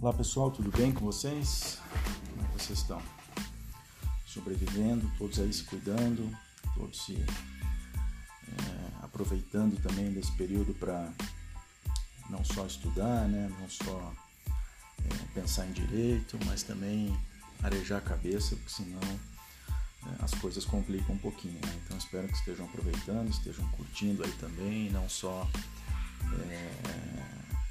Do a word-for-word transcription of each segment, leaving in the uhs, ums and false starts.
Olá pessoal, tudo bem com vocês? Como é que vocês estão? Sobrevivendo, todos aí se cuidando, todos se é, aproveitando também desse período para não só estudar, né? Não só é, pensar em direito, mas também arejar a cabeça, porque senão é, as coisas complicam um pouquinho, né? Então espero que estejam aproveitando, estejam curtindo aí também, não só é,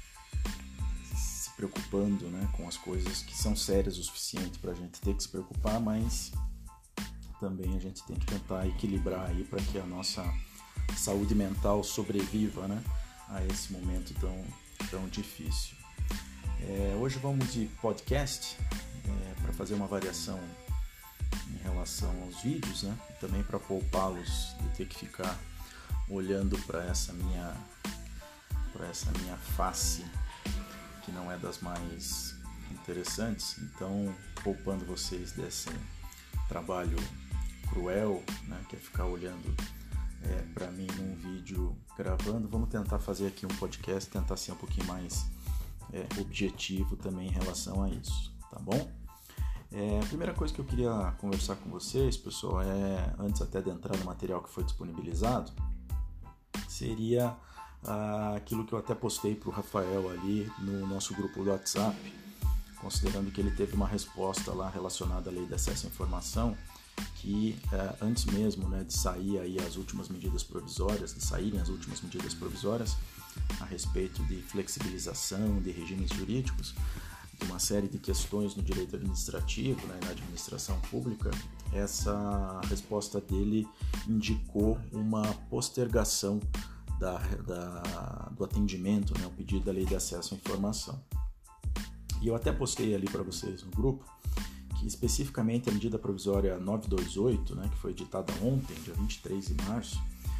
preocupando, né, com as coisas que são sérias o suficiente para a gente ter que se preocupar, mas também a gente tem que tentar equilibrar aí para que a nossa saúde mental sobreviva, né, a esse momento tão, tão difícil. É, hoje vamos de podcast é, para fazer uma variação em relação aos vídeos, né, e também para poupá-los de ter que ficar olhando para essa minha para essa minha face que não é das mais interessantes, então poupando vocês desse trabalho cruel, né, que é ficar olhando é, para mim num vídeo gravando, vamos tentar fazer aqui um podcast, tentar ser um pouquinho mais é, objetivo também em relação a isso, tá bom? É, a primeira coisa que eu queria conversar com vocês, pessoal, é, antes até de entrar no material que foi disponibilizado, seria Ah, aquilo que eu até postei para o Rafael ali no nosso grupo do WhatsApp, considerando que ele teve uma resposta lá relacionada à lei de acesso à informação, que eh, antes mesmo, né, de sair aí as últimas medidas provisórias, de saírem as últimas medidas provisórias a respeito de flexibilização de regimes jurídicos, de uma série de questões no direito administrativo, né, na administração pública, essa resposta dele indicou uma postergação Da, da, do atendimento, né, o pedido da lei de acesso à informação. E eu até postei ali para vocês no grupo que especificamente a medida provisória novecentos e vinte e oito, né, que foi editada ontem, dia vinte e três de março,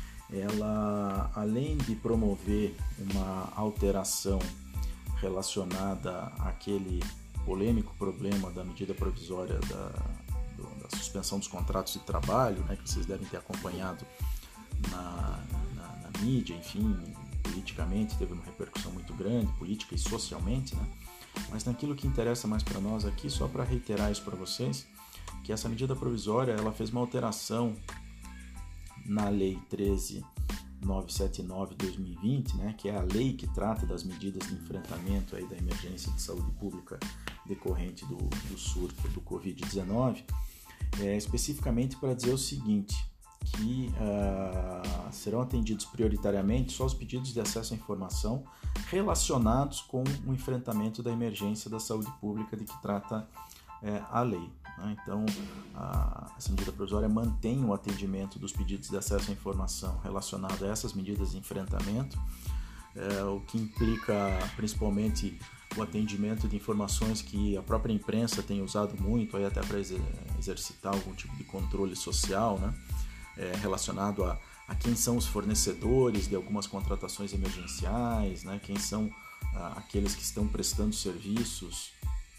ela, além de promover uma alteração relacionada àquele polêmico problema da medida provisória da, do, da suspensão dos contratos de trabalho, né, que vocês devem ter acompanhado na mídia, enfim, politicamente teve uma repercussão muito grande, política e socialmente, né? Mas naquilo que interessa mais para nós aqui, só para reiterar isso para vocês, que essa medida provisória, ela fez uma alteração na lei treze mil novecentos e setenta e nove de dois mil e vinte, né? Que é a lei que trata das medidas de enfrentamento aí da emergência de saúde pública decorrente do, do surto do covid dezenove, é, especificamente para dizer o seguinte, que uh, serão atendidos prioritariamente só os pedidos de acesso à informação relacionados com o enfrentamento da emergência da saúde pública de que trata uh, a lei, né? Então, uh, essa medida provisória mantém o atendimento dos pedidos de acesso à informação relacionado a essas medidas de enfrentamento, uh, o que implica principalmente o atendimento de informações que a própria imprensa tem usado muito, aí até para exercitar algum tipo de controle social, né? É, relacionado a, a quem são os fornecedores de algumas contratações emergenciais, né? Quem são ah, aqueles que estão prestando serviços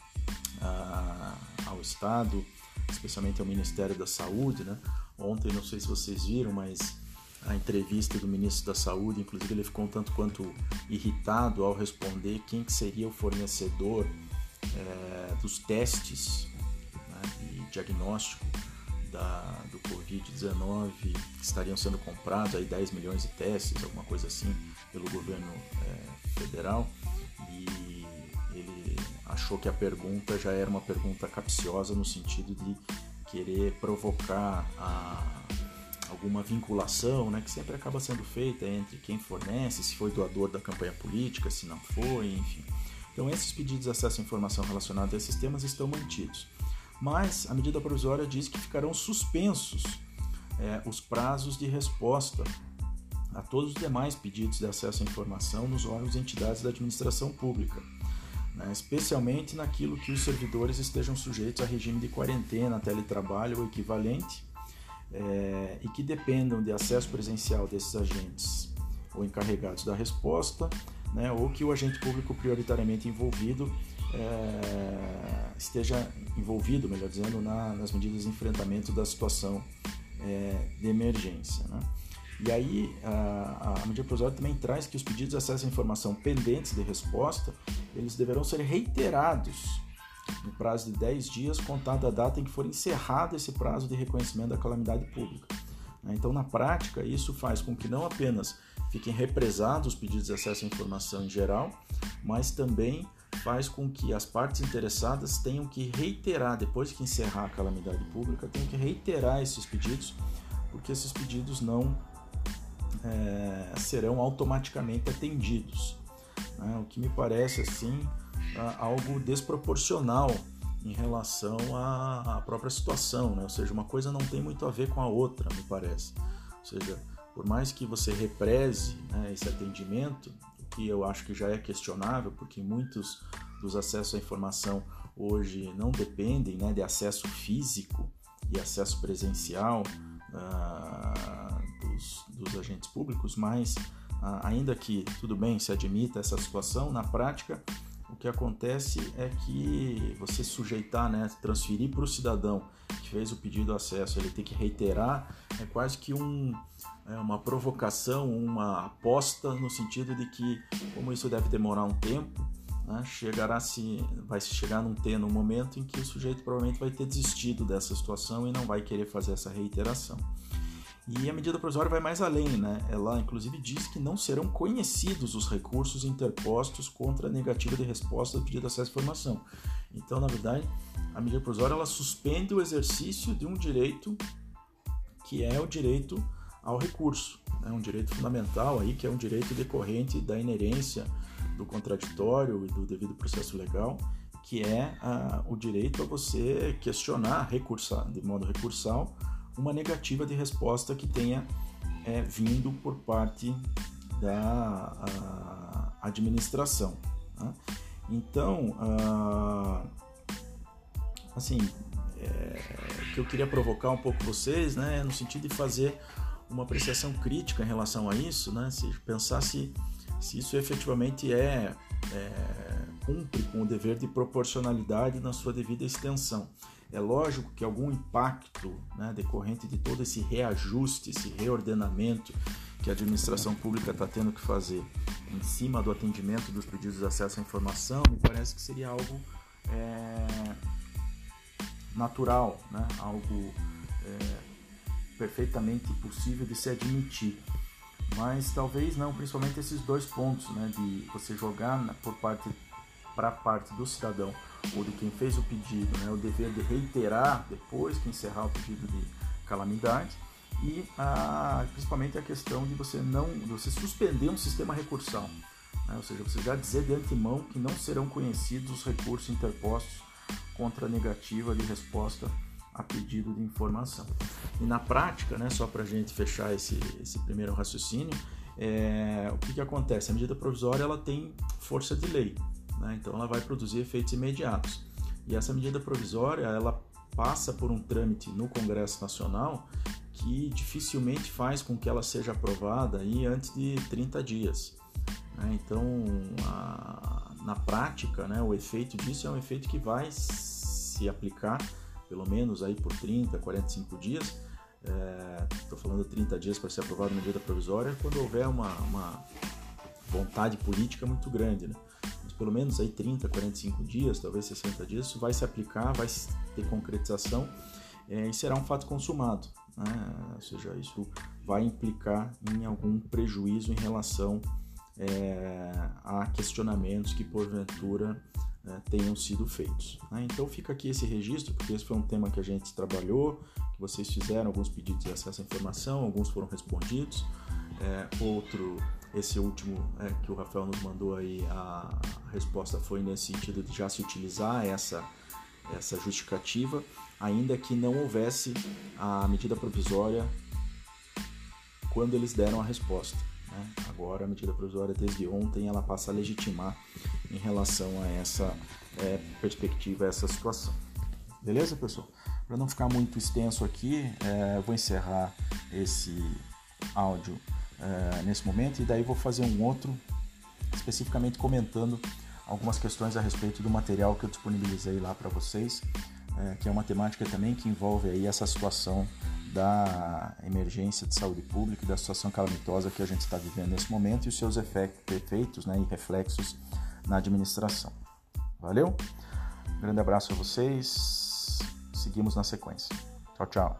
ah, ao Estado, especialmente ao Ministério da Saúde, né? Ontem, não sei se vocês viram, mas a entrevista do Ministro da Saúde, inclusive ele ficou um tanto quanto irritado ao responder quem que seria o fornecedor é, dos testes, né, de diagnóstico Da, do covid dezenove, que estariam sendo comprados aí dez milhões de testes, alguma coisa assim, pelo governo é, federal, e ele achou que a pergunta já era uma pergunta capciosa no sentido de querer provocar a, alguma vinculação, né, que sempre acaba sendo feita entre quem fornece, se foi doador da campanha política, se não foi, enfim. Então esses pedidos de acesso à informação relacionados a esses temas estão mantidos. Mas a medida provisória diz que ficarão suspensos é, os prazos de resposta a todos os demais pedidos de acesso à informação nos órgãos e entidades da administração pública, né, especialmente naquilo que os servidores estejam sujeitos a regime de quarentena, teletrabalho ou equivalente, é, e que dependam de acesso presencial desses agentes ou encarregados da resposta, né, ou que o agente público prioritariamente envolvido É, esteja envolvido, melhor dizendo, na, nas medidas de enfrentamento da situação é, de emergência, né? E aí a, a medida provisória também traz que os pedidos de acesso à informação pendentes de resposta, eles deverão ser reiterados no prazo de dez dias, contado a data em que for encerrado esse prazo de reconhecimento da calamidade pública. Então, na prática, isso faz com que não apenas fiquem represados os pedidos de acesso à informação em geral, mas também faz com que as partes interessadas tenham que reiterar, depois que encerrar a calamidade pública, tenham que reiterar esses pedidos, porque esses pedidos não é, serão automaticamente atendidos. Né? O que me parece, assim, algo desproporcional em relação à própria situação, né? Ou seja, uma coisa não tem muito a ver com a outra, me parece. Ou seja, por mais que você represe, né, esse atendimento, o que eu acho que já é questionável, porque muitos dos acessos à informação hoje não dependem, né, de acesso físico e acesso presencial uh, dos, dos agentes públicos, mas uh, ainda que, tudo bem, se admita essa situação, na prática, o que acontece é que você sujeitar, né, transferir para o cidadão que fez o pedido de acesso, ele tem que reiterar, é quase que um, é uma provocação, uma aposta no sentido de que, como isso deve demorar um tempo, né, chegará -se, vai se chegar num, ter, num momento em que o sujeito provavelmente vai ter desistido dessa situação e não vai querer fazer essa reiteração. E a medida provisória vai mais além, né? Ela, inclusive, diz que não serão conhecidos os recursos interpostos contra a negativa de resposta do pedido de acesso à informação. Então, na verdade, a medida provisória ela suspende o exercício de um direito que é o direito ao recurso, né? Um direito fundamental aí, que é um direito decorrente da inerência do contraditório e do devido processo legal, que é ah, o direito a você questionar, recursar, de modo recursal, uma negativa de resposta que tenha é, vindo por parte da a, administração. Né? Então, a, assim, é, o que eu queria provocar um pouco vocês, né, no sentido de fazer uma apreciação crítica em relação a isso, né, se pensar se, se isso efetivamente é, é cumpre com o dever de proporcionalidade na sua devida extensão. É lógico que algum impacto, né, decorrente de todo esse reajuste, esse reordenamento que a administração pública está tendo que fazer em cima do atendimento dos pedidos de acesso à informação, me parece que seria algo é, natural, né, algo é, perfeitamente possível de se admitir. Mas talvez não, principalmente esses dois pontos, né, de você jogar por parte para a parte do cidadão ou de quem fez o pedido, né, o dever de reiterar depois que encerrar o pedido de calamidade e a, principalmente a questão de você não, de você suspender um sistema recursal, né, ou seja, você já dizer de antemão que não serão conhecidos os recursos interpostos contra a negativa de resposta a pedido de informação. E na prática, né, só para a gente fechar esse, esse primeiro raciocínio, é, o que, que acontece? A medida provisória ela tem força de lei. Né? Então ela vai produzir efeitos imediatos. E essa medida provisória ela passa por um trâmite no Congresso Nacional que dificilmente faz com que ela seja aprovada aí antes de trinta dias. Né? Então, a, na prática, né, o efeito disso é um efeito que vai se aplicar pelo menos aí por trinta, quarenta e cinco dias. Estou é, falando de trinta dias para ser aprovada a medida provisória quando houver uma, uma vontade política muito grande, né? Pelo menos aí trinta, quarenta e cinco dias, talvez sessenta dias, isso vai se aplicar, vai ter concretização é, e será um fato consumado, né? Ou seja, isso vai implicar em algum prejuízo em relação é, a questionamentos que porventura é, tenham sido feitos. Né? Então fica aqui esse registro, porque esse foi um tema que a gente trabalhou, que vocês fizeram alguns pedidos de acesso à informação, alguns foram respondidos, é, outro... Esse último é, que o Rafael nos mandou aí, a resposta foi nesse sentido de já se utilizar essa, essa justificativa, ainda que não houvesse a medida provisória quando eles deram a resposta. Né? Agora a medida provisória desde ontem ela passa a legitimar em relação a essa é, perspectiva, a essa situação. Beleza, pessoal? Para não ficar muito extenso aqui, é, eu vou encerrar esse áudio Uh, nesse momento e daí vou fazer um outro especificamente comentando algumas questões a respeito do material que eu disponibilizei lá para vocês, uh, que é uma temática também que envolve aí essa situação da emergência de saúde pública e da situação calamitosa que a gente está vivendo nesse momento e os seus efeitos, né, e reflexos na administração. Valeu? Um grande abraço a vocês. Seguimos na sequência. Tchau, tchau.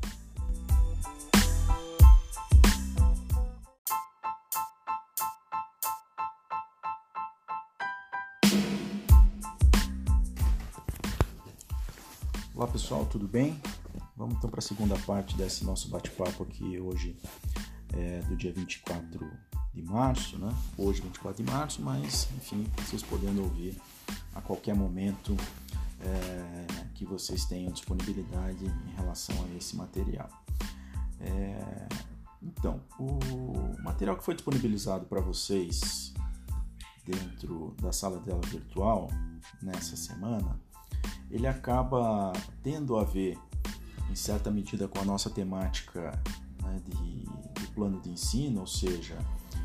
Olá pessoal, tudo bem? Vamos então para a segunda parte desse nosso bate-papo aqui hoje, é, do dia vinte e quatro de março, né? Hoje vinte e quatro de março, mas enfim, vocês podendo ouvir a qualquer momento é, que vocês tenham disponibilidade em relação a esse material. É, então, o material que foi disponibilizado para vocês dentro da sala de aula virtual nessa semana, ele acaba tendo a ver, em certa medida, com a nossa temática, né, de, de plano de ensino, ou seja,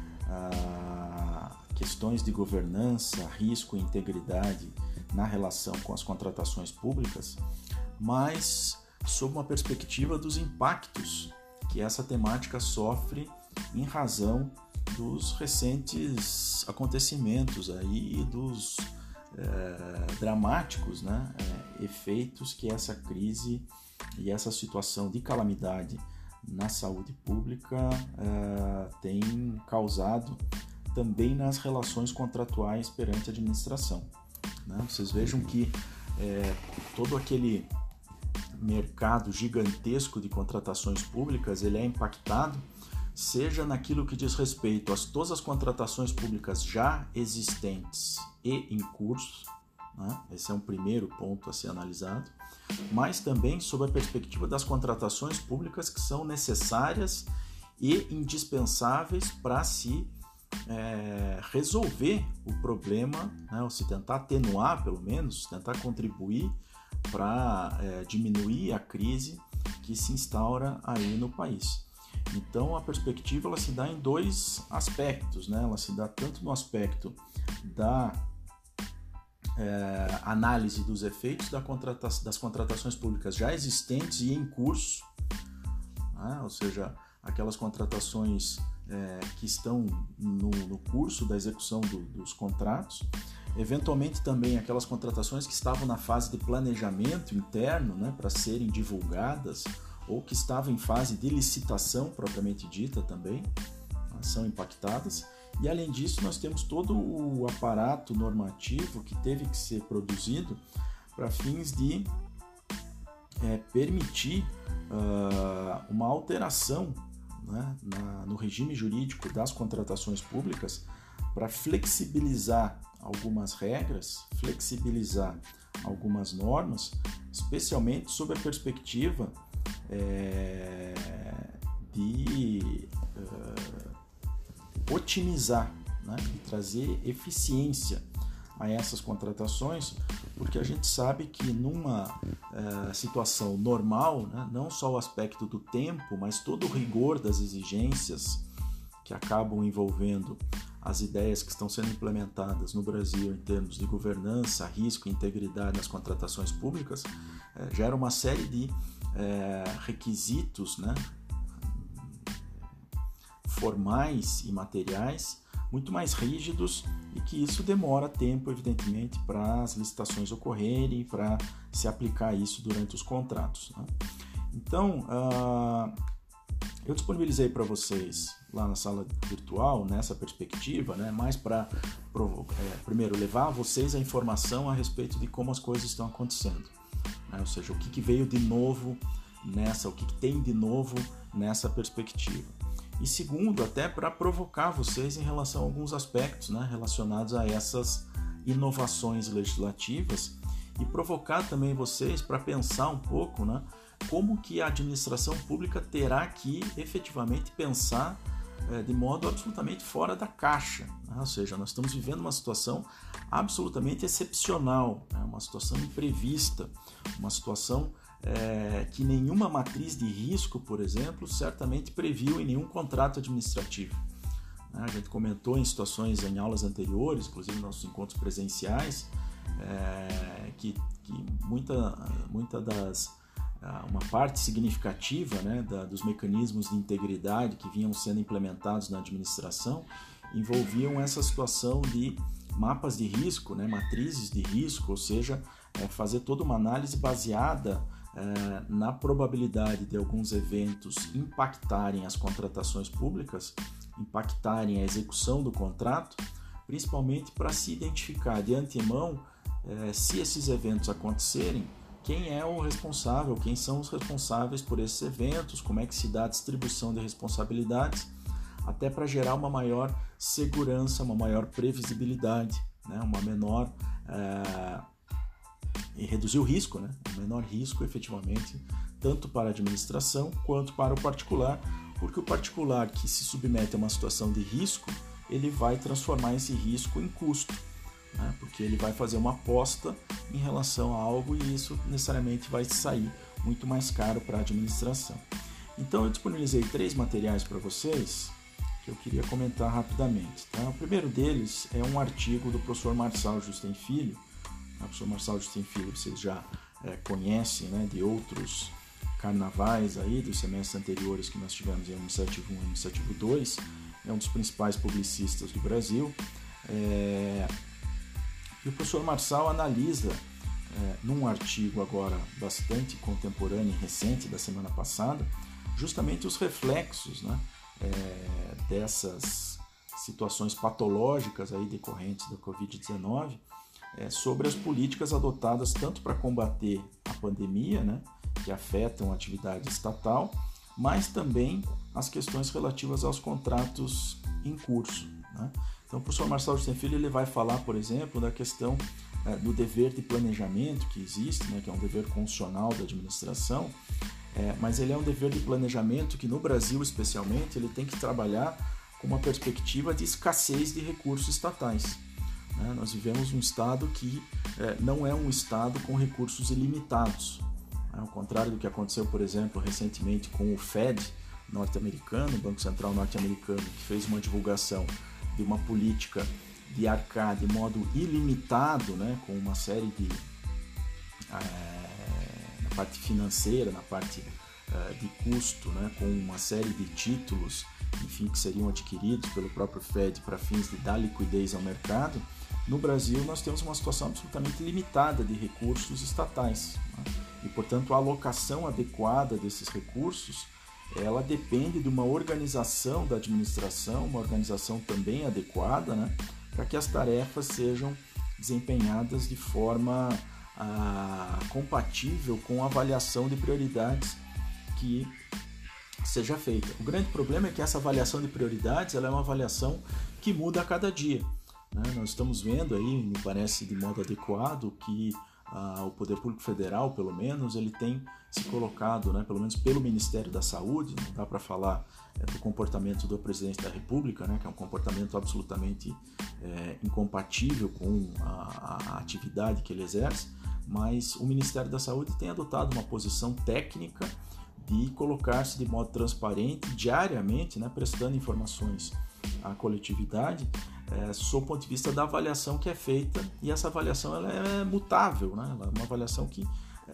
a, questões de governança, risco e integridade na relação com as contratações públicas, mas sob uma perspectiva dos impactos que essa temática sofre em razão dos recentes acontecimentos aí, dos É, dramáticos, né, é, efeitos que essa crise e essa situação de calamidade na saúde pública é, tem causado também nas relações contratuais perante a administração, né? Vocês vejam que é, todo aquele mercado gigantesco de contratações públicas, ele é impactado, seja naquilo que diz respeito a todas as contratações públicas já existentes e em curso, né? Esse é um primeiro ponto a ser analisado, mas também sob a perspectiva das contratações públicas que são necessárias e indispensáveis para se é, resolver o problema, né? Ou se tentar atenuar, pelo menos, tentar contribuir para é, diminuir a crise que se instaura aí no país. Então, a perspectiva ela se dá em dois aspectos, né? Ela se dá tanto no aspecto da é, análise dos efeitos da contrata- das contratações públicas já existentes e em curso, né? Ou seja, aquelas contratações é, que estão no, no curso da execução do, dos contratos, eventualmente também aquelas contratações que estavam na fase de planejamento interno, né, para serem divulgadas, ou que estavam em fase de licitação propriamente dita também, são impactadas. E além disso, nós temos todo o aparato normativo que teve que ser produzido para fins de é, permitir uh, uma alteração, né, na, no regime jurídico das contratações públicas para flexibilizar algumas regras, flexibilizar algumas normas, especialmente sob a perspectiva É, de uh, otimizar, né, e trazer eficiência a essas contratações, porque a gente sabe que numa uh, situação normal, né, não só o aspecto do tempo, mas todo o rigor das exigências que acabam envolvendo as ideias que estão sendo implementadas no Brasil em termos de governança, risco e integridade nas contratações públicas, uh, gera uma série de É, requisitos, né, formais e materiais muito mais rígidos, e que isso demora tempo, evidentemente, para as licitações ocorrerem, para se aplicar isso durante os contratos, né? Então, uh, eu disponibilizei para vocês lá na sala virtual, nessa perspectiva, né, mais para, é, primeiro, levar a vocês a informação a respeito de como as coisas estão acontecendo. Ou seja, o que, que veio de novo nessa, o que, que tem de novo nessa perspectiva. E segundo, até para provocar vocês em relação a alguns aspectos, né, relacionados a essas inovações legislativas, e provocar também vocês para pensar um pouco, né, como que a administração pública terá que efetivamente pensar é, de modo absolutamente fora da caixa, né? Ou seja, nós estamos vivendo uma situação absolutamente excepcional, né? Uma situação imprevista, uma situação é, que nenhuma matriz de risco, por exemplo, certamente previu em nenhum contrato administrativo. A gente comentou em situações, em aulas anteriores, inclusive nos nossos encontros presenciais, é, que, que muita, muita das, uma parte significativa, né, da, dos mecanismos de integridade que vinham sendo implementados na administração envolviam essa situação de mapas de risco, né, matrizes de risco, ou seja, é, fazer toda uma análise baseada é, na probabilidade de alguns eventos impactarem as contratações públicas, impactarem a execução do contrato, principalmente para se identificar de antemão é, se esses eventos acontecerem, quem é o responsável, quem são os responsáveis por esses eventos, como é que se dá a distribuição de responsabilidades, até para gerar uma maior segurança, uma maior previsibilidade, né? uma menor é, e reduzir o risco, né? um menor risco efetivamente, tanto para a administração quanto para o particular, porque o particular que se submete a uma situação de risco, ele vai transformar esse risco em custo, né? porque ele vai fazer uma aposta em relação a algo e isso necessariamente vai sair muito mais caro para a administração. Então eu disponibilizei três materiais para vocês que eu queria comentar rapidamente. Tá? O primeiro deles é um artigo do professor Marçal Justem Filho. O professor Marçal Justem Filho vocês já é, conhecem, né, de outros carnavais aí, dos semestres anteriores que nós tivemos em administrativo um e administrativo dois. É um dos principais publicistas do Brasil. É... E o professor Marçal analisa, é, num artigo agora bastante contemporâneo e recente, da semana passada, justamente os reflexos, né, é, dessas situações patológicas aí decorrentes da covid dezenove, é, sobre as políticas adotadas tanto para combater a pandemia, né, que afetam a atividade estatal, mas também as questões relativas aos contratos em curso, né? Então, o professor Marçal Justem Filho ele vai falar, por exemplo, da questão é, do dever de planejamento que existe, né, que é um dever constitucional da administração, é, mas ele é um dever de planejamento que no Brasil, especialmente, ele tem que trabalhar com uma perspectiva de escassez de recursos estatais. Né? Nós vivemos um estado que é, não é um estado com recursos ilimitados, né? Ao contrário do que aconteceu, por exemplo, recentemente com o Fed norte-americano, o Banco Central norte-americano, que fez uma divulgação de uma política de arcar de modo ilimitado, né, com uma série de é, na parte financeira, na parte é, de custo, né, com uma série de títulos, enfim, que seriam adquiridos pelo próprio Fed para fins de dar liquidez ao mercado. No Brasil nós temos uma situação absolutamente limitada de recursos estatais, né, e portanto a alocação adequada desses recursos ela depende de uma organização da administração, uma organização também adequada, né, para que as tarefas sejam desempenhadas de forma ah, compatível com a avaliação de prioridades que seja feita. O grande problema é que essa avaliação de prioridades ela é uma avaliação que muda a cada dia, né? Nós estamos vendo aí, me parece de modo adequado, que ah, o Poder Público Federal, pelo menos, ele tem se colocado, né, pelo menos pelo Ministério da Saúde, não dá para falar é, do comportamento do Presidente da República, né, que é um comportamento absolutamente é, incompatível com a, a atividade que ele exerce, mas o Ministério da Saúde tem adotado uma posição técnica de colocar-se de modo transparente, diariamente, né, prestando informações à coletividade, é, sob o ponto de vista da avaliação que é feita, e essa avaliação ela é mutável, né, ela é uma avaliação que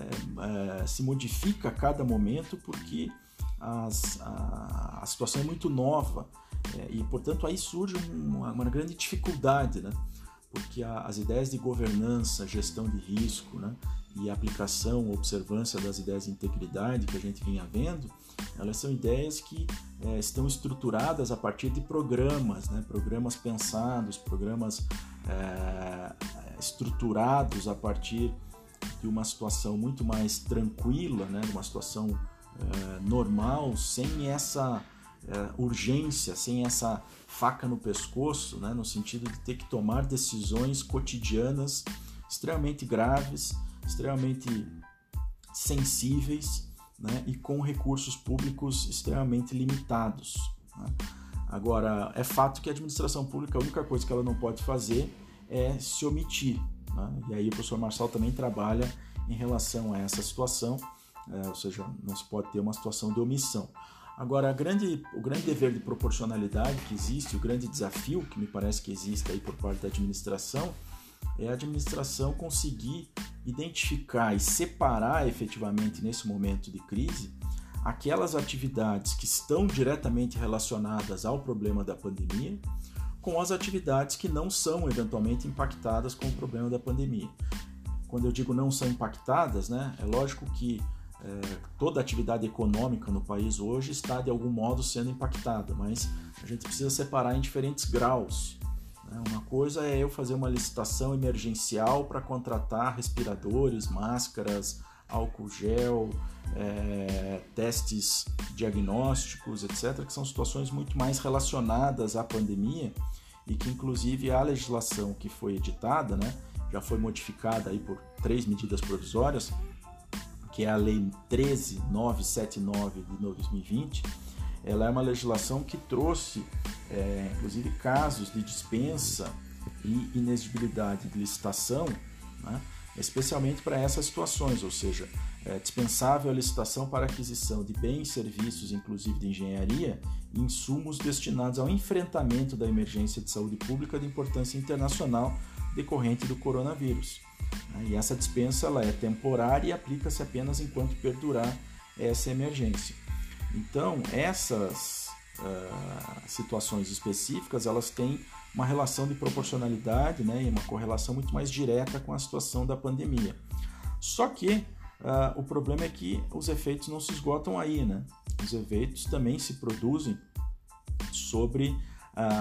É, é, se modifica a cada momento porque as, a, a situação é muito nova é, e, portanto, aí surge uma, uma grande dificuldade, né? Porque a, as ideias de governança, gestão de risco, né, e a aplicação, observância das ideias de integridade que a gente vinha vendo, elas são ideias que é, estão estruturadas a partir de programas, né, programas pensados, programas é, estruturados a partir de uma situação muito mais tranquila, né, uma situação é, normal, sem essa é, urgência, sem essa faca no pescoço, né, no sentido de ter que tomar decisões cotidianas extremamente graves, extremamente sensíveis, né, e com recursos públicos extremamente limitados, né. Agora, é fato que a administração pública, a única coisa que ela não pode fazer é se omitir, né? E aí o professor Marçal também trabalha em relação a essa situação, é, ou seja, não se pode ter uma situação de omissão. Agora, a grande, o grande dever de proporcionalidade que existe, o grande desafio que me parece que existe aí por parte da administração, é a administração conseguir identificar e separar efetivamente nesse momento de crise aquelas atividades que estão diretamente relacionadas ao problema da pandemia, com as atividades que não são eventualmente impactadas com o problema da pandemia. Quando eu digo não são impactadas, né, é lógico que é, toda atividade econômica no país hoje está de algum modo sendo impactada, mas a gente precisa separar em diferentes graus. Né? Uma coisa é eu fazer uma licitação emergencial para contratar respiradores, máscaras, álcool gel, é, testes diagnósticos, etcétera, que são situações muito mais relacionadas à pandemia e que, inclusive, a legislação que foi editada, né, já foi modificada aí por três medidas provisórias, que é a Lei treze mil novecentos e setenta e nove de dois mil e vinte. Ela é uma legislação que trouxe, é, inclusive, casos de dispensa e inexigibilidade de licitação, né, especialmente para essas situações, ou seja, é dispensável a licitação para aquisição de bens, serviços, inclusive de engenharia, e insumos destinados ao enfrentamento da emergência de saúde pública de importância internacional decorrente do coronavírus. E essa dispensa ela é temporária e aplica-se apenas enquanto perdurar essa emergência. Então, essas uh, situações específicas, elas têm uma relação de proporcionalidade, né, e uma correlação muito mais direta com a situação da pandemia. Só que uh, o problema é que os efeitos não se esgotam aí, né? Os efeitos também se produzem sobre uh,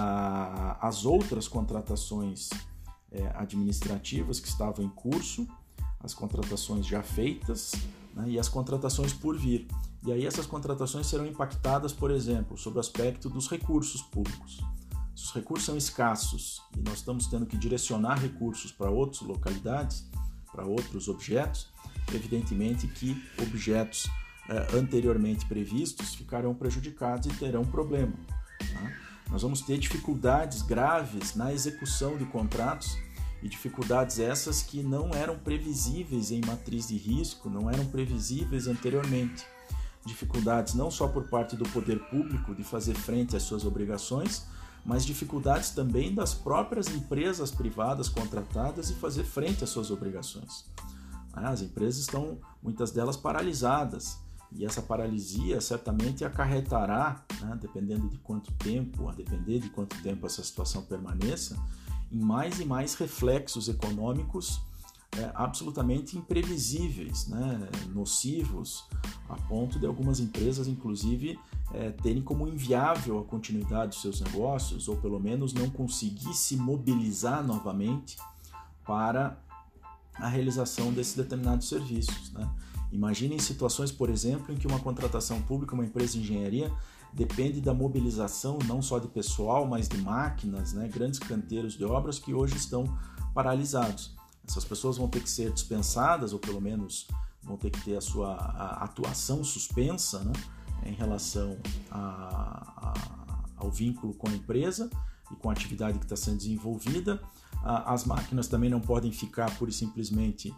as outras contratações uh, administrativas que estavam em curso, as contratações já feitas, né, e as contratações por vir. E aí essas contratações serão impactadas, por exemplo, sobre o aspecto dos recursos públicos. Se os recursos são escassos e nós estamos tendo que direcionar recursos para outras localidades, para outros objetos, evidentemente que objetos eh, anteriormente previstos ficarão prejudicados e terão problema. Tá? Nós vamos ter dificuldades graves na execução de contratos e dificuldades essas que não eram previsíveis em matriz de risco, não eram previsíveis anteriormente. Dificuldades não só por parte do poder público de fazer frente às suas obrigações, mas dificuldades também das próprias empresas privadas contratadas de fazer frente às suas obrigações. As empresas estão, muitas delas, paralisadas, e essa paralisia certamente acarretará, né, dependendo de quanto tempo, a depender de quanto tempo essa situação permaneça, em mais e mais reflexos econômicos é, absolutamente imprevisíveis, né, nocivos, a ponto de algumas empresas, inclusive, é, terem como inviável a continuidade dos seus negócios, ou pelo menos não conseguir se mobilizar novamente para a realização desses determinados serviços. Né? Imaginem situações, por exemplo, em que uma contratação pública, uma empresa de engenharia, depende da mobilização não só de pessoal, mas de máquinas, né? Grandes canteiros de obras que hoje estão paralisados. Essas pessoas vão ter que ser dispensadas, ou pelo menos vão ter que ter a sua a atuação suspensa, né? Em relação a, a, ao vínculo com a empresa e com a atividade que está sendo desenvolvida. As máquinas também não podem ficar pura e simplesmente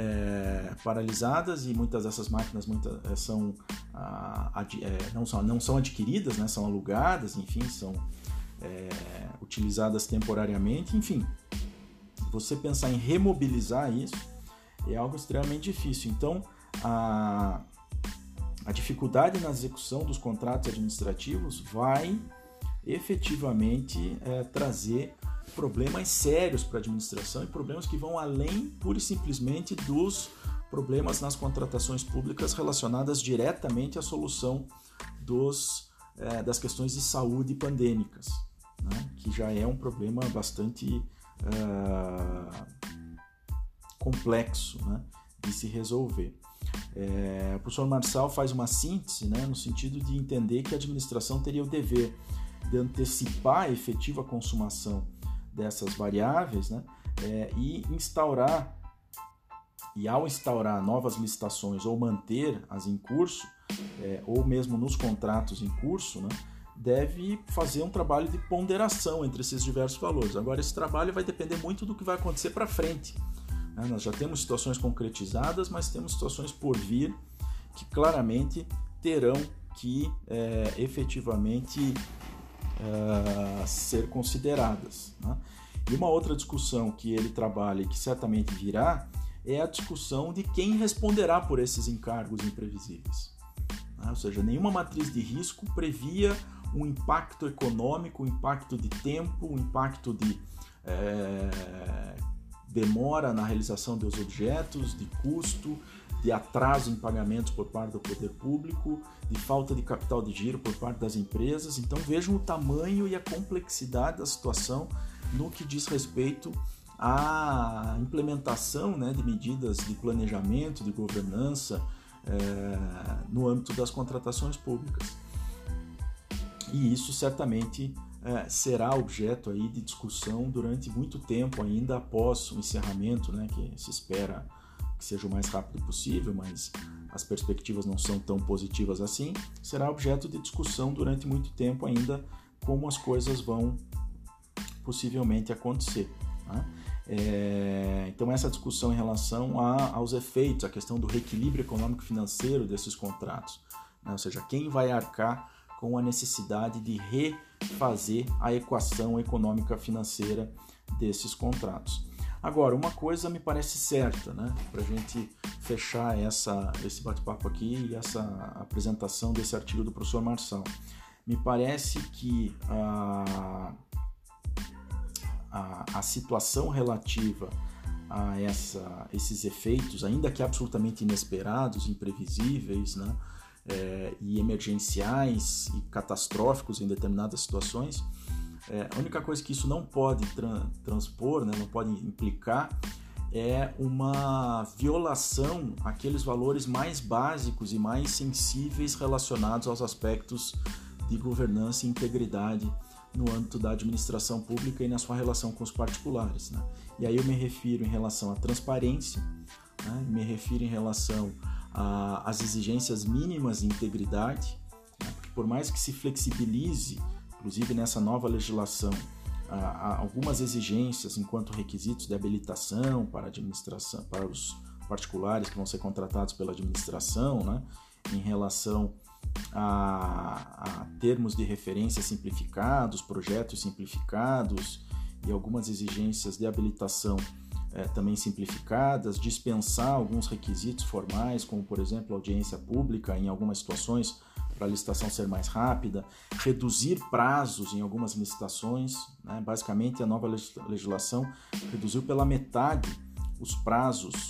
é, paralisadas, e muitas dessas máquinas muitas, é, são, a, a, é, não, são, não são adquiridas, né, são alugadas, enfim, são é, utilizadas temporariamente. Enfim, você pensar em remobilizar isso é algo extremamente difícil. Então, a, a dificuldade na execução dos contratos administrativos vai efetivamente é, trazer problemas sérios para a administração e problemas que vão além, pura e simplesmente, dos problemas nas contratações públicas relacionadas diretamente à solução dos, é, das questões de saúde pandêmicas, né? Que já é um problema bastante é, complexo, né, de se resolver. É, o professor Marçal faz uma síntese, né, no sentido de entender que a administração teria o dever de antecipar a efetiva consumação dessas variáveis, né, é, e instaurar, e ao instaurar novas licitações ou manter as em curso, é, ou mesmo nos contratos em curso, né, deve fazer um trabalho de ponderação entre esses diversos valores. Agora, esse trabalho vai depender muito do que vai acontecer para frente. Né? Nós já temos situações concretizadas, mas temos situações por vir que claramente terão que é, efetivamente Uh, ser consideradas. Né? E uma outra discussão que ele trabalha e que certamente virá é a discussão de quem responderá por esses encargos imprevisíveis. Né? Ou seja, nenhuma matriz de risco previa um impacto econômico, um impacto de tempo, um impacto de é, demora na realização dos objetos, de custo, de atraso em pagamentos por parte do poder público, de falta de capital de giro por parte das empresas. Então vejam o tamanho e a complexidade da situação no que diz respeito à implementação, né, de medidas de planejamento, de governança é, no âmbito das contratações públicas. E isso certamente é, será objeto aí de discussão durante muito tempo ainda após o encerramento, né, que se espera que seja o mais rápido possível, mas as perspectivas não são tão positivas assim. Será objeto de discussão durante muito tempo ainda como as coisas vão possivelmente acontecer, né? É, então essa discussão em relação a, aos efeitos, a questão do reequilíbrio econômico-financeiro desses contratos, né? Ou seja, quem vai arcar com a necessidade de refazer a equação econômica-financeira desses contratos. Agora, uma coisa me parece certa, né, para a gente fechar essa, esse bate-papo aqui e essa apresentação desse artigo do professor Marçal. Me parece que a, a, a situação relativa a essa, esses efeitos, ainda que absolutamente inesperados, imprevisíveis, né, é, e emergenciais e catastróficos em determinadas situações, É, a única coisa que isso não pode tra- transpor, né, não pode implicar, é uma violação àqueles valores mais básicos e mais sensíveis relacionados aos aspectos de governança e integridade no âmbito da administração pública e na sua relação com os particulares, né? E aí eu me refiro em relação à transparência, né, me refiro em relação às exigências mínimas de integridade, né, porque por mais que se flexibilize inclusive nessa nova legislação, há algumas exigências enquanto requisitos de habilitação para a administração, para os particulares que vão ser contratados pela administração, né, em relação a, a termos de referência simplificados, projetos simplificados e algumas exigências de habilitação é, também simplificadas, dispensar alguns requisitos formais, como por exemplo audiência pública em algumas situações, para a licitação ser mais rápida, reduzir prazos em algumas licitações, né? Basicamente a nova legislação reduziu pela metade os prazos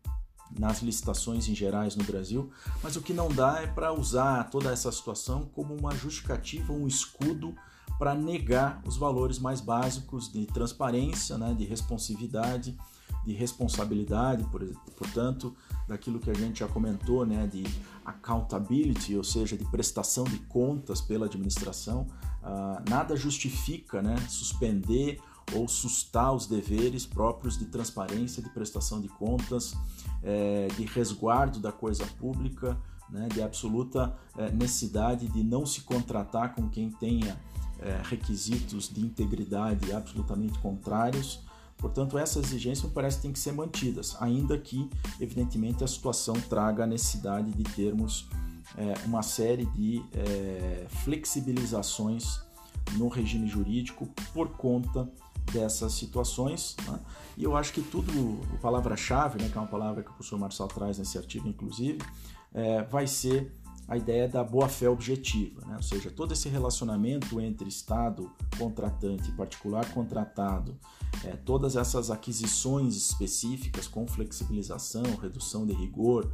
nas licitações em gerais no Brasil, mas o que não dá é para usar toda essa situação como uma justificativa, um escudo para negar os valores mais básicos de transparência, né? De responsividade, de responsabilidade, por, portanto, daquilo que a gente já comentou, né, de accountability, ou seja, de prestação de contas pela administração. Uh, nada justifica, né, suspender ou sustar os deveres próprios de transparência, de prestação de contas, é, de resguardo da coisa pública, né, de absoluta é, necessidade de não se contratar com quem tenha é, requisitos de integridade absolutamente contrários. Portanto, essas exigências me parece que têm que ser mantidas, ainda que, evidentemente, a situação traga a necessidade de termos é, uma série de é, flexibilizações no regime jurídico por conta dessas situações, né? E eu acho que tudo, a palavra-chave, né, que é uma palavra que o professor Marçal traz nesse artigo, inclusive, é, vai ser a ideia da boa-fé objetiva, né? Ou seja, todo esse relacionamento entre Estado contratante e particular contratado, é, todas essas aquisições específicas com flexibilização, redução de rigor,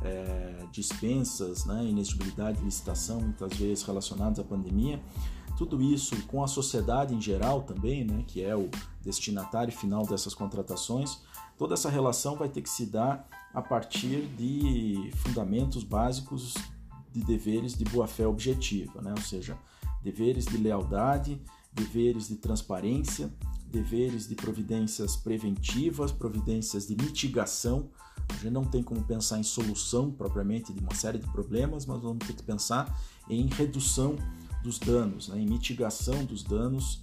é, dispensas, né, inexigibilidade de licitação, muitas vezes relacionadas à pandemia, tudo isso com a sociedade em geral também, né, que é o destinatário final dessas contratações, toda essa relação vai ter que se dar a partir de fundamentos básicos de deveres de boa-fé objetiva, né? Ou seja, deveres de lealdade, deveres de transparência, deveres de providências preventivas, providências de mitigação. A gente não tem como pensar em solução propriamente de uma série de problemas, mas vamos ter que pensar em redução dos danos, né? Em mitigação dos danos,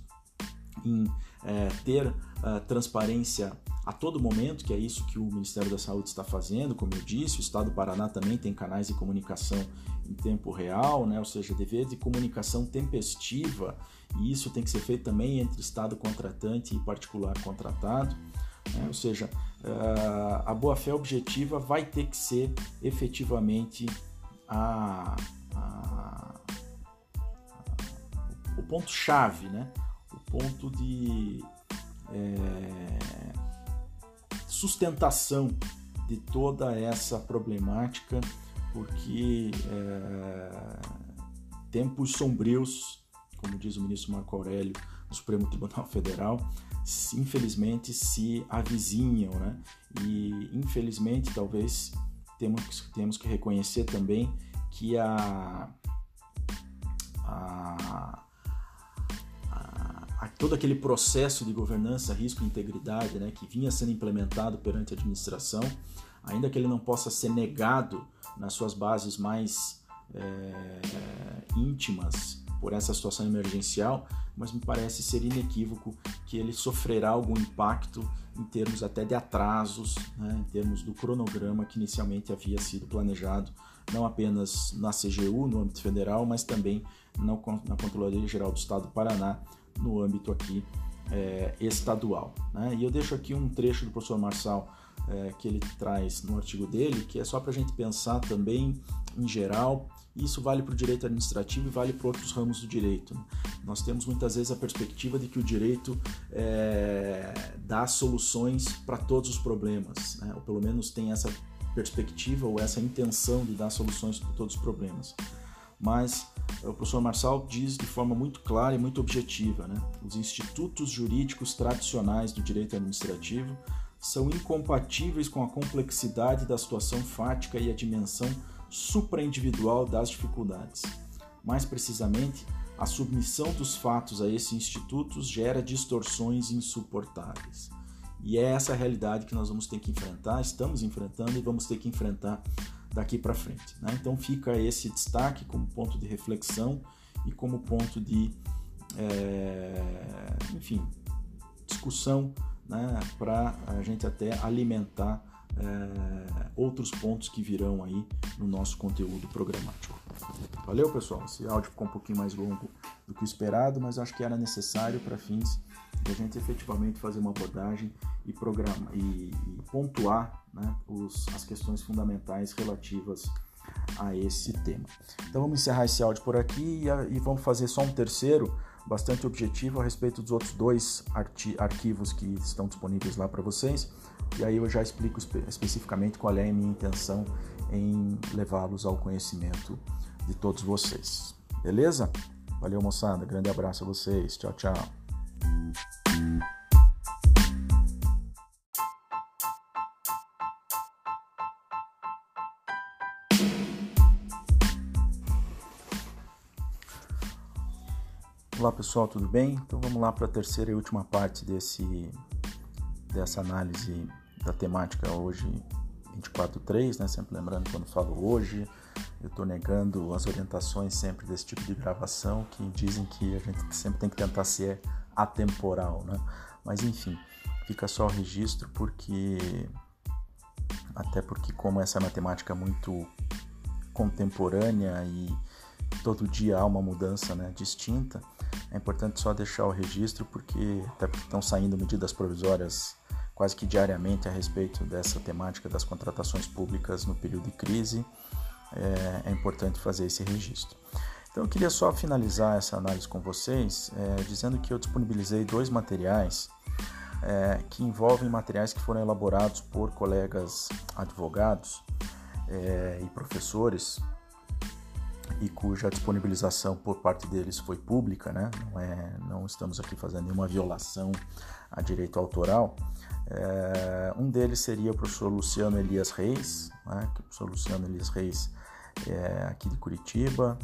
em é, ter uh, transparência a todo momento, que é isso que o Ministério da Saúde está fazendo. Como eu disse, o Estado do Paraná também tem canais de comunicação em tempo real, né? Ou seja, dever de comunicação tempestiva, e isso tem que ser feito também entre Estado contratante e particular contratado, né? Ou seja, uh, a boa-fé objetiva vai ter que ser efetivamente a, a ponto-chave, né? O ponto de é, sustentação de toda essa problemática, porque é, tempos sombrios, como diz o ministro Marco Aurélio do Supremo Tribunal Federal, infelizmente se avizinham, né? E infelizmente talvez temos, temos que reconhecer também que a, a, a, a todo aquele processo de governança, risco e integridade, né, que vinha sendo implementado perante a administração, ainda que ele não possa ser negado nas suas bases mais é, íntimas por essa situação emergencial, mas me parece ser inequívoco que ele sofrerá algum impacto em termos até de atrasos, né, em termos do cronograma que inicialmente havia sido planejado, não apenas na C G U, no âmbito federal, mas também na, na Controladoria Geral do Estado do Paraná, no âmbito aqui é, estadual, né? E eu deixo aqui um trecho do professor Marçal é, que ele traz no artigo dele, que é só para a gente pensar também em geral. Isso vale para o direito administrativo e vale para outros ramos do direito, né? Nós temos muitas vezes a perspectiva de que o direito é, dá soluções para todos os problemas, né? Ou pelo menos tem essa perspectiva ou essa intenção de dar soluções para todos os problemas. Mas o professor Marçal diz de forma muito clara e muito objetiva, né? Os institutos jurídicos tradicionais do direito administrativo são incompatíveis com a complexidade da situação fática e a dimensão supraindividual das dificuldades. Mais precisamente, a submissão dos fatos a esses institutos gera distorções insuportáveis. E é essa a realidade que nós vamos ter que enfrentar, estamos enfrentando e vamos ter que enfrentar daqui para frente, né? Então fica esse destaque como ponto de reflexão e como ponto de, é, enfim, discussão, né, para a gente até alimentar é, outros pontos que virão aí no nosso conteúdo programático. Valeu, pessoal? Esse áudio ficou um pouquinho mais longo do que o esperado, mas acho que era necessário para fins de a gente efetivamente fazer uma abordagem e, programa, e, e pontuar, né, os, as questões fundamentais relativas a esse tema. Então vamos encerrar esse áudio por aqui e, e vamos fazer só um terceiro bastante objetivo a respeito dos outros dois arti- arquivos que estão disponíveis lá para vocês, e aí eu já explico espe- especificamente qual é a minha intenção em levá-los ao conhecimento de todos vocês. Beleza? Valeu, moçada. Grande abraço a vocês. Tchau, tchau. Olá, pessoal, tudo bem? Então vamos lá para a terceira e última parte desse, dessa análise da temática hoje vinte e quatro três, né? Sempre lembrando, quando falo hoje, eu estou negando as orientações sempre desse tipo de gravação, que dizem que a gente sempre tem que tentar ser atemporal, né? Mas enfim, fica só o registro, porque até porque como essa é uma temática muito contemporânea e todo dia há uma mudança, né, distinta, é importante só deixar o registro, porque até porque estão saindo medidas provisórias quase que diariamente a respeito dessa temática das contratações públicas no período de crise, é, é importante fazer esse registro. Então eu queria só finalizar essa análise com vocês, é, dizendo que eu disponibilizei dois materiais é, que envolvem materiais que foram elaborados por colegas advogados é, e professores, e cuja disponibilização por parte deles foi pública, né? Não, é, não estamos aqui fazendo nenhuma violação a direito autoral. É, um deles seria o professor Luciano Elias Reis, né? Que o professor Luciano Elias Reis é aqui de Curitiba,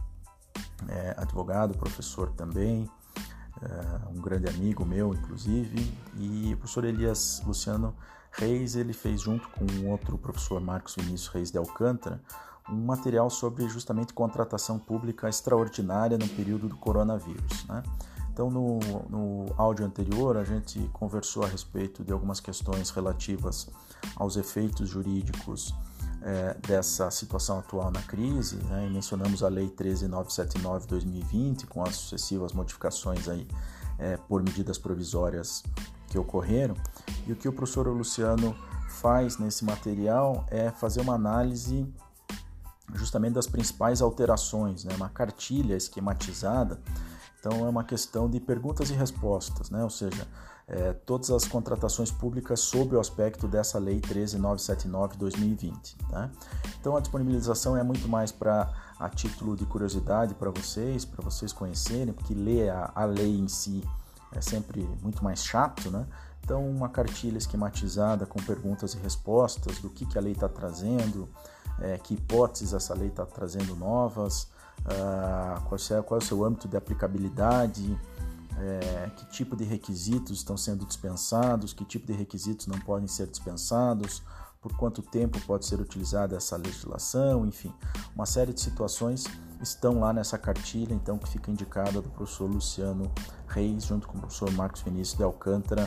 é advogado, professor também, é um grande amigo meu, inclusive, e o professor Elias Luciano Reis, ele fez junto com o outro professor Marcos Vinícius Reis de Alcântara um material sobre justamente contratação pública extraordinária no período do coronavírus, né? Então, no, no áudio anterior, a gente conversou a respeito de algumas questões relativas aos efeitos jurídicos é, dessa situação atual na crise, né? E mencionamos a Lei treze mil novecentos e setenta e nove de dois mil e vinte, com as sucessivas modificações aí, é, por medidas provisórias que ocorreram. E o que o professor Luciano faz nesse material é fazer uma análise justamente das principais alterações, né? Uma cartilha esquematizada Então é uma questão de perguntas e respostas, né? Ou seja, é, todas as contratações públicas sob o aspecto dessa Lei treze mil novecentos e setenta e nove de dois mil e vinte. Tá? Então a disponibilização é muito mais para a título de curiosidade para vocês, para vocês conhecerem, porque ler a, a lei em si é sempre muito mais chato, né? Então uma cartilha esquematizada com perguntas e respostas do que, que a lei está trazendo, é, que hipóteses essa lei está trazendo novas, uh, qual, é, qual é o seu âmbito de aplicabilidade, É, que tipo de requisitos estão sendo dispensados, que tipo de requisitos não podem ser dispensados, por quanto tempo pode ser utilizada essa legislação, enfim, uma série de situações estão lá nessa cartilha, então, que fica indicada do professor Luciano Reis, junto com o professor Marcos Vinícius de Alcântara.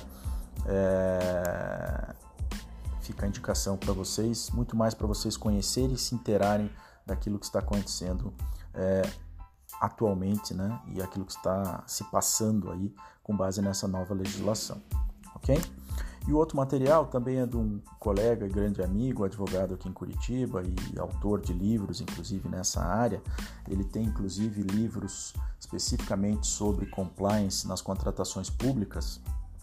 É... Fica a indicação para vocês, muito mais para vocês conhecerem e se interarem daquilo que está acontecendo é, atualmente, né, e aquilo que está se passando aí com base nessa nova legislação, ok? E o outro material também é de um colega e grande amigo, advogado aqui em Curitiba e autor de livros, inclusive nessa área. Ele tem inclusive livros especificamente sobre compliance nas contratações públicas,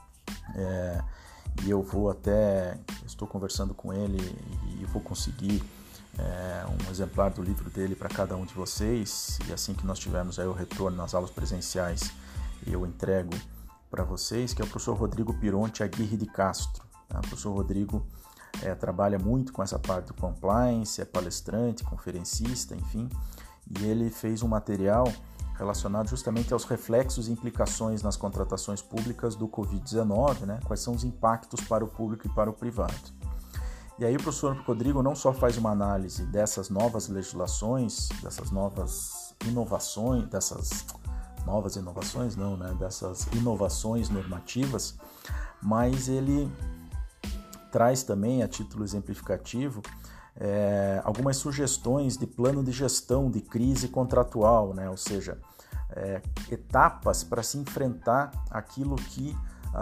é, e eu vou até, estou conversando com ele e vou conseguir É, um exemplar do livro dele para cada um de vocês, e assim que nós tivermos aí o retorno nas aulas presenciais eu entrego para vocês, que é o professor Rodrigo Pironte Aguirre de Castro. Tá? O professor Rodrigo é, trabalha muito com essa parte do compliance, é palestrante, conferencista, enfim, e ele fez um material relacionado justamente aos reflexos e implicações nas contratações públicas do covid dezenove, né? Quais são os impactos para o público e para o privado. E aí o professor Rodrigo não só faz uma análise dessas novas legislações, dessas novas inovações, dessas novas inovações, não, né? Dessas inovações normativas, mas ele traz também, a título exemplificativo, é, algumas sugestões de plano de gestão de crise contratual, né? Ou seja, é, etapas para se enfrentar aquilo que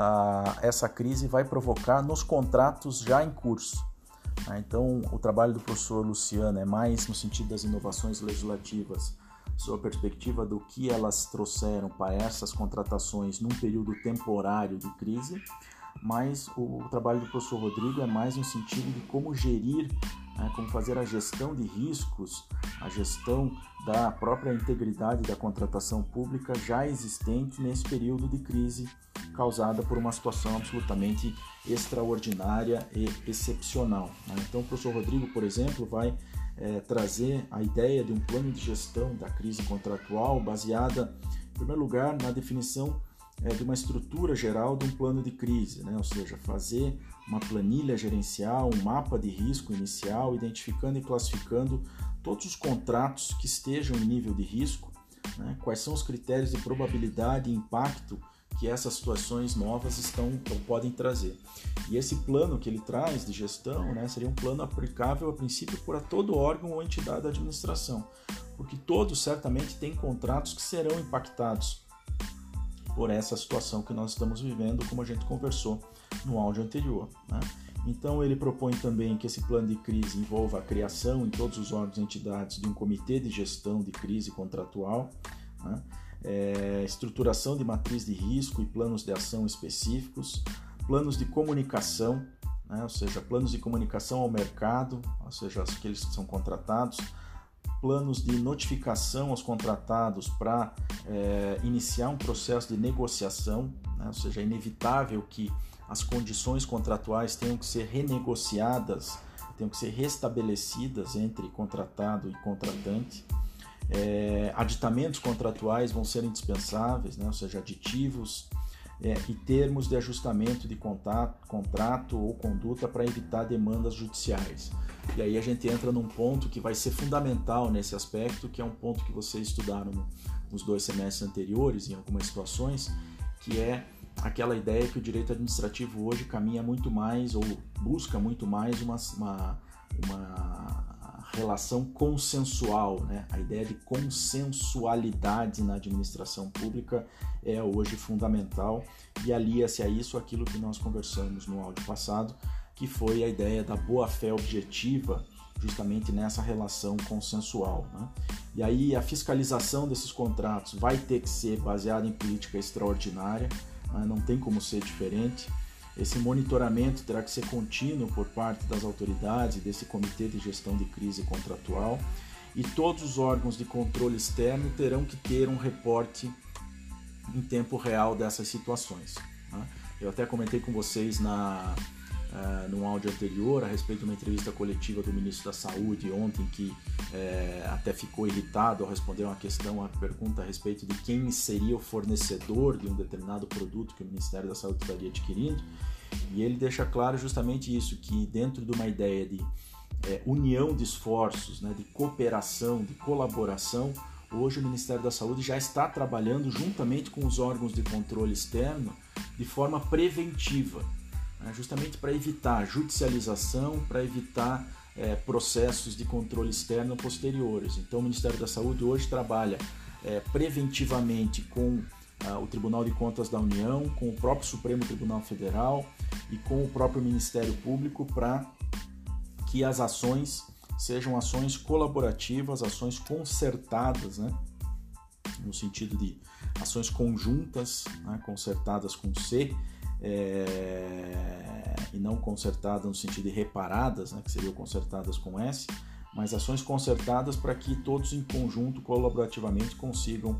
a, essa crise vai provocar nos contratos já em curso. Então, o trabalho do professor Luciano é mais no sentido das inovações legislativas, sob a perspectiva do que elas trouxeram para essas contratações num período temporário de crise, mas o trabalho do professor Rodrigo é mais no sentido de como gerir, né, como fazer a gestão de riscos, a gestão da própria integridade da contratação pública já existente nesse período de crise causada por uma situação absolutamente extraordinária e excepcional. Né? Então, o professor Rodrigo, por exemplo, vai é, trazer a ideia de um plano de gestão da crise contratual baseada, em primeiro lugar, na definição é, de uma estrutura geral de um plano de crise, né? Ou seja, fazer uma planilha gerencial, um mapa de risco inicial, identificando e classificando todos os contratos que estejam em nível de risco, né? Quais são os critérios de probabilidade e impacto que essas situações novas estão ou podem trazer. E esse plano que ele traz de gestão, né, seria um plano aplicável a princípio para todo órgão ou entidade da administração, porque todos certamente têm contratos que serão impactados por essa situação que nós estamos vivendo, como a gente conversou no áudio anterior, né? Então ele propõe também que esse plano de crise envolva a criação em todos os órgãos e entidades de um comitê de gestão de crise contratual, né? É, estruturação de matriz de risco e planos de ação específicos, planos de comunicação, né? Ou seja, planos de comunicação ao mercado, ou seja, aqueles que são contratados, planos de notificação aos contratados para é, iniciar um processo de negociação, né? Ou seja, é inevitável que as condições contratuais tenham que ser renegociadas, tenham que ser restabelecidas entre contratado e contratante. É, aditamentos contratuais vão ser indispensáveis, né? Ou seja, aditivos é, e termos de ajustamento de contato, contrato ou conduta para evitar demandas judiciais. E aí a gente entra num ponto que vai ser fundamental nesse aspecto, que é um ponto que vocês estudaram nos dois semestres anteriores, em algumas situações, que é aquela ideia que o direito administrativo hoje caminha muito mais, ou busca muito mais uma, uma, uma relação consensual, né? A ideia de consensualidade na administração pública é hoje fundamental, e alia-se a isso aquilo que nós conversamos no áudio passado, que foi a ideia da boa-fé objetiva justamente nessa relação consensual, né? E aí a fiscalização desses contratos vai ter que ser baseada em política extraordinária, né? Não tem como ser diferente. Esse monitoramento terá que ser contínuo por parte das autoridades, desse Comitê de Gestão de Crise Contratual, e todos os órgãos de controle externo terão que ter um reporte em tempo real dessas situações, né? Eu até comentei com vocês na, uh, num áudio anterior a respeito de uma entrevista coletiva do ministro da Saúde ontem, que é, até ficou irritado ao responder uma questão, uma pergunta a respeito de quem seria o fornecedor de um determinado produto que o Ministério da Saúde estaria adquirindo, e ele deixa claro justamente isso, que dentro de uma ideia de é, união de esforços, né, de cooperação, de colaboração, hoje o Ministério da Saúde já está trabalhando juntamente com os órgãos de controle externo de forma preventiva, né, justamente para evitar judicialização, para evitar é, processos de controle externo posteriores. Então o Ministério da Saúde hoje trabalha é, preventivamente com ah, o Tribunal de Contas da União, com o próprio Supremo Tribunal Federal e com o próprio Ministério Público para que as ações sejam ações colaborativas, ações concertadas, né? No sentido de ações conjuntas, né? Concertadas com C, é... e não concertadas no sentido de reparadas, né? Que seriam concertadas com S, mas ações concertadas para que todos em conjunto, colaborativamente, consigam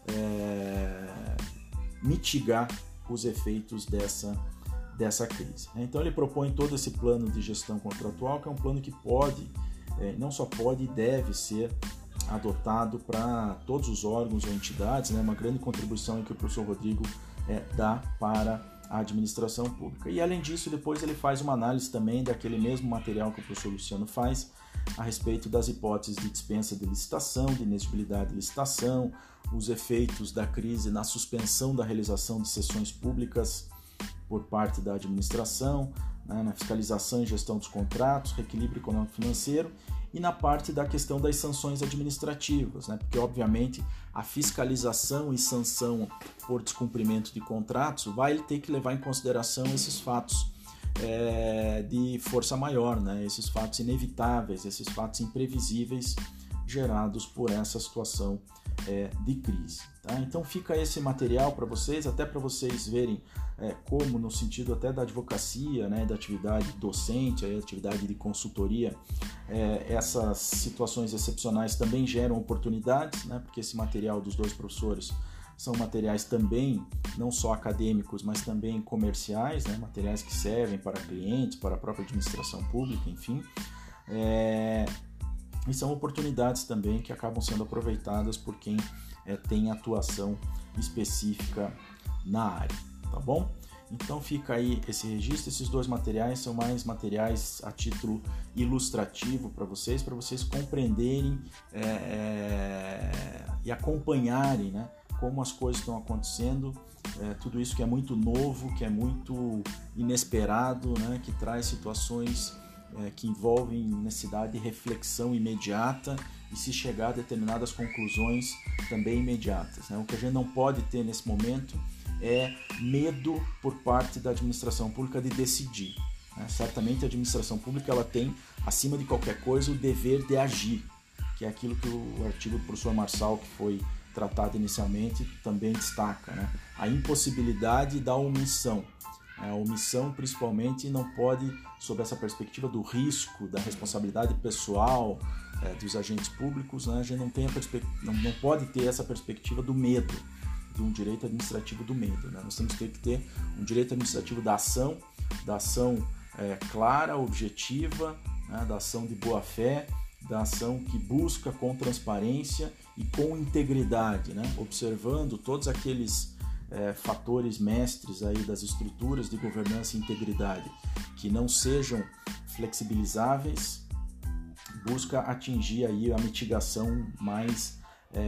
é... mitigar os efeitos dessa dessa crise. Então ele propõe todo esse plano de gestão contratual, que é um plano que pode, não só pode e deve ser adotado para todos os órgãos ou entidades, né? Uma grande contribuição que o professor Rodrigo é, dá para a administração pública. E além disso, depois ele faz uma análise também daquele mesmo material que o professor Luciano faz a respeito das hipóteses de dispensa de licitação, de inexigibilidade de licitação, os efeitos da crise na suspensão da realização de sessões públicas por parte da administração, né, na fiscalização e gestão dos contratos, reequilíbrio econômico-financeiro e na parte da questão das sanções administrativas, né, porque obviamente a fiscalização e sanção por descumprimento de contratos vai ter que levar em consideração esses fatos é, de força maior, né, esses fatos inevitáveis, esses fatos imprevisíveis gerados por essa situação é, de crise. Tá? Então fica esse material para vocês, até para vocês verem é, como no sentido até da advocacia, né, da atividade docente, a atividade de consultoria, é, essas situações excepcionais também geram oportunidades, né, porque esse material dos dois professores são materiais também, não só acadêmicos, mas também comerciais, né, materiais que servem para clientes, para a própria administração pública, enfim. É, E são oportunidades também que acabam sendo aproveitadas por quem é, tem atuação específica na área, tá bom? Então fica aí esse registro, esses dois materiais são mais materiais a título ilustrativo para vocês, para vocês compreenderem é, é, e acompanharem, né, como as coisas estão acontecendo, é, tudo isso que é muito novo, que é muito inesperado, né, que traz situações É, que envolvem necessidade de reflexão imediata e se chegar a determinadas conclusões também imediatas, né? O que a gente não pode ter nesse momento é medo por parte da administração pública de decidir, né? Certamente a administração pública ela tem, acima de qualquer coisa, o dever de agir, que é aquilo que o artigo do professor Marçal, que foi tratado inicialmente, também destaca, né? A impossibilidade da omissão. A omissão, principalmente, não pode, sob essa perspectiva do risco, da responsabilidade pessoal é, dos agentes públicos, né, a gente não, tem a perspe... não, não pode ter essa perspectiva do medo, de um direito administrativo do medo, né? Nós temos que ter um direito administrativo da ação, da ação é, clara, objetiva, né, da ação de boa-fé, da ação que busca com transparência e com integridade, né, observando todos aqueles É, fatores mestres aí das estruturas de governança e integridade que não sejam flexibilizáveis, busca atingir aí a mitigação mais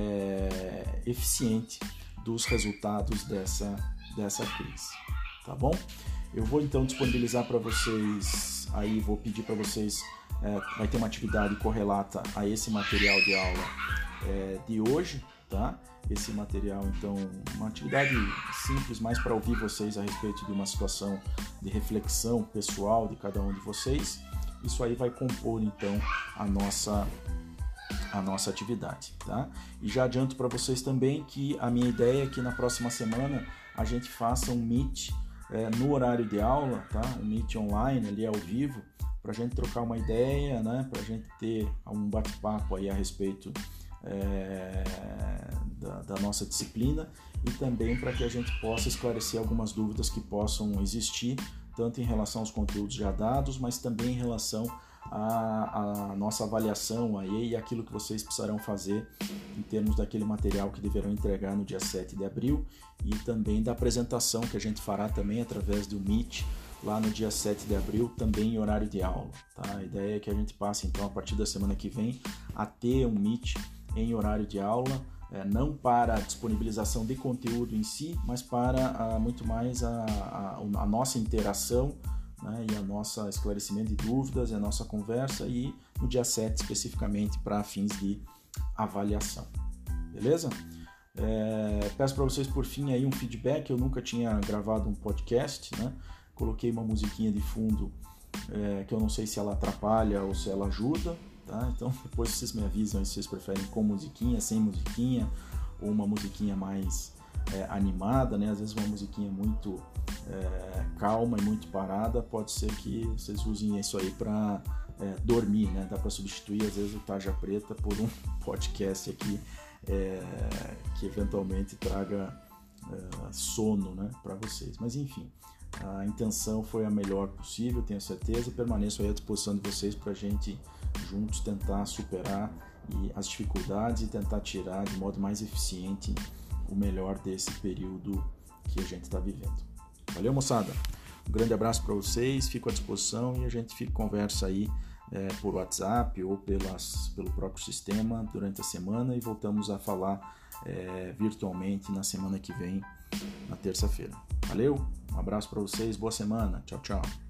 é, eficiente dos resultados dessa, dessa crise, tá bom? Eu vou então disponibilizar para vocês, aí vou pedir para vocês, é, vai ter uma atividade correlata a esse material de aula é, de hoje, tá? Esse material, então, uma atividade simples, mais para ouvir vocês a respeito de uma situação de reflexão pessoal de cada um de vocês. isso aí vai compor então a nossa a nossa atividade, tá? E já adianto para vocês também que a minha ideia é que na próxima semana a gente faça um Meet é, no horário de aula, tá? Um Meet online ali ao vivo, para a gente trocar uma ideia, né? Para a gente ter um bate-papo aí a respeito é, da, da nossa disciplina e também para que a gente possa esclarecer algumas dúvidas que possam existir, tanto em relação aos conteúdos já dados, mas também em relação à, à nossa avaliação aí e aquilo que vocês precisarão fazer em termos daquele material que deverão entregar no dia sete de abril e também da apresentação que a gente fará também através do Meet lá no dia sete de abril, também em horário de aula, tá? A ideia é que a gente passe então a partir da semana que vem a ter um Meet em horário de aula, é, não para a disponibilização de conteúdo em si, mas para a, muito mais a, a, a nossa interação, né, e a nossa esclarecimento de dúvidas, e a nossa conversa, e no dia sete especificamente para fins de avaliação, beleza? É, peço para vocês por fim aí um feedback. Eu nunca tinha gravado um podcast, né? Coloquei uma musiquinha de fundo é, que eu não sei se ela atrapalha ou se ela ajuda, tá? Então depois vocês me avisam se vocês preferem com musiquinha, sem musiquinha, ou uma musiquinha mais é, animada, né? Às vezes uma musiquinha muito é, calma e muito parada, pode ser que vocês usem isso aí para é, dormir, né? Dá para substituir às vezes o Tarja Preta por um podcast aqui é, que eventualmente traga é, sono, né, para vocês. Mas enfim, a intenção foi a melhor possível, tenho certeza, e permaneço aí à disposição de vocês para a gente juntos tentar superar e as dificuldades e tentar tirar de modo mais eficiente o melhor desse período que a gente está vivendo. Valeu, moçada? Um grande abraço para vocês, fico à disposição e a gente fica, conversa aí é, por WhatsApp ou pelas, pelo próprio sistema durante a semana e voltamos a falar é, virtualmente na semana que vem, na terça-feira. Valeu? Um abraço para vocês, boa semana, tchau, tchau.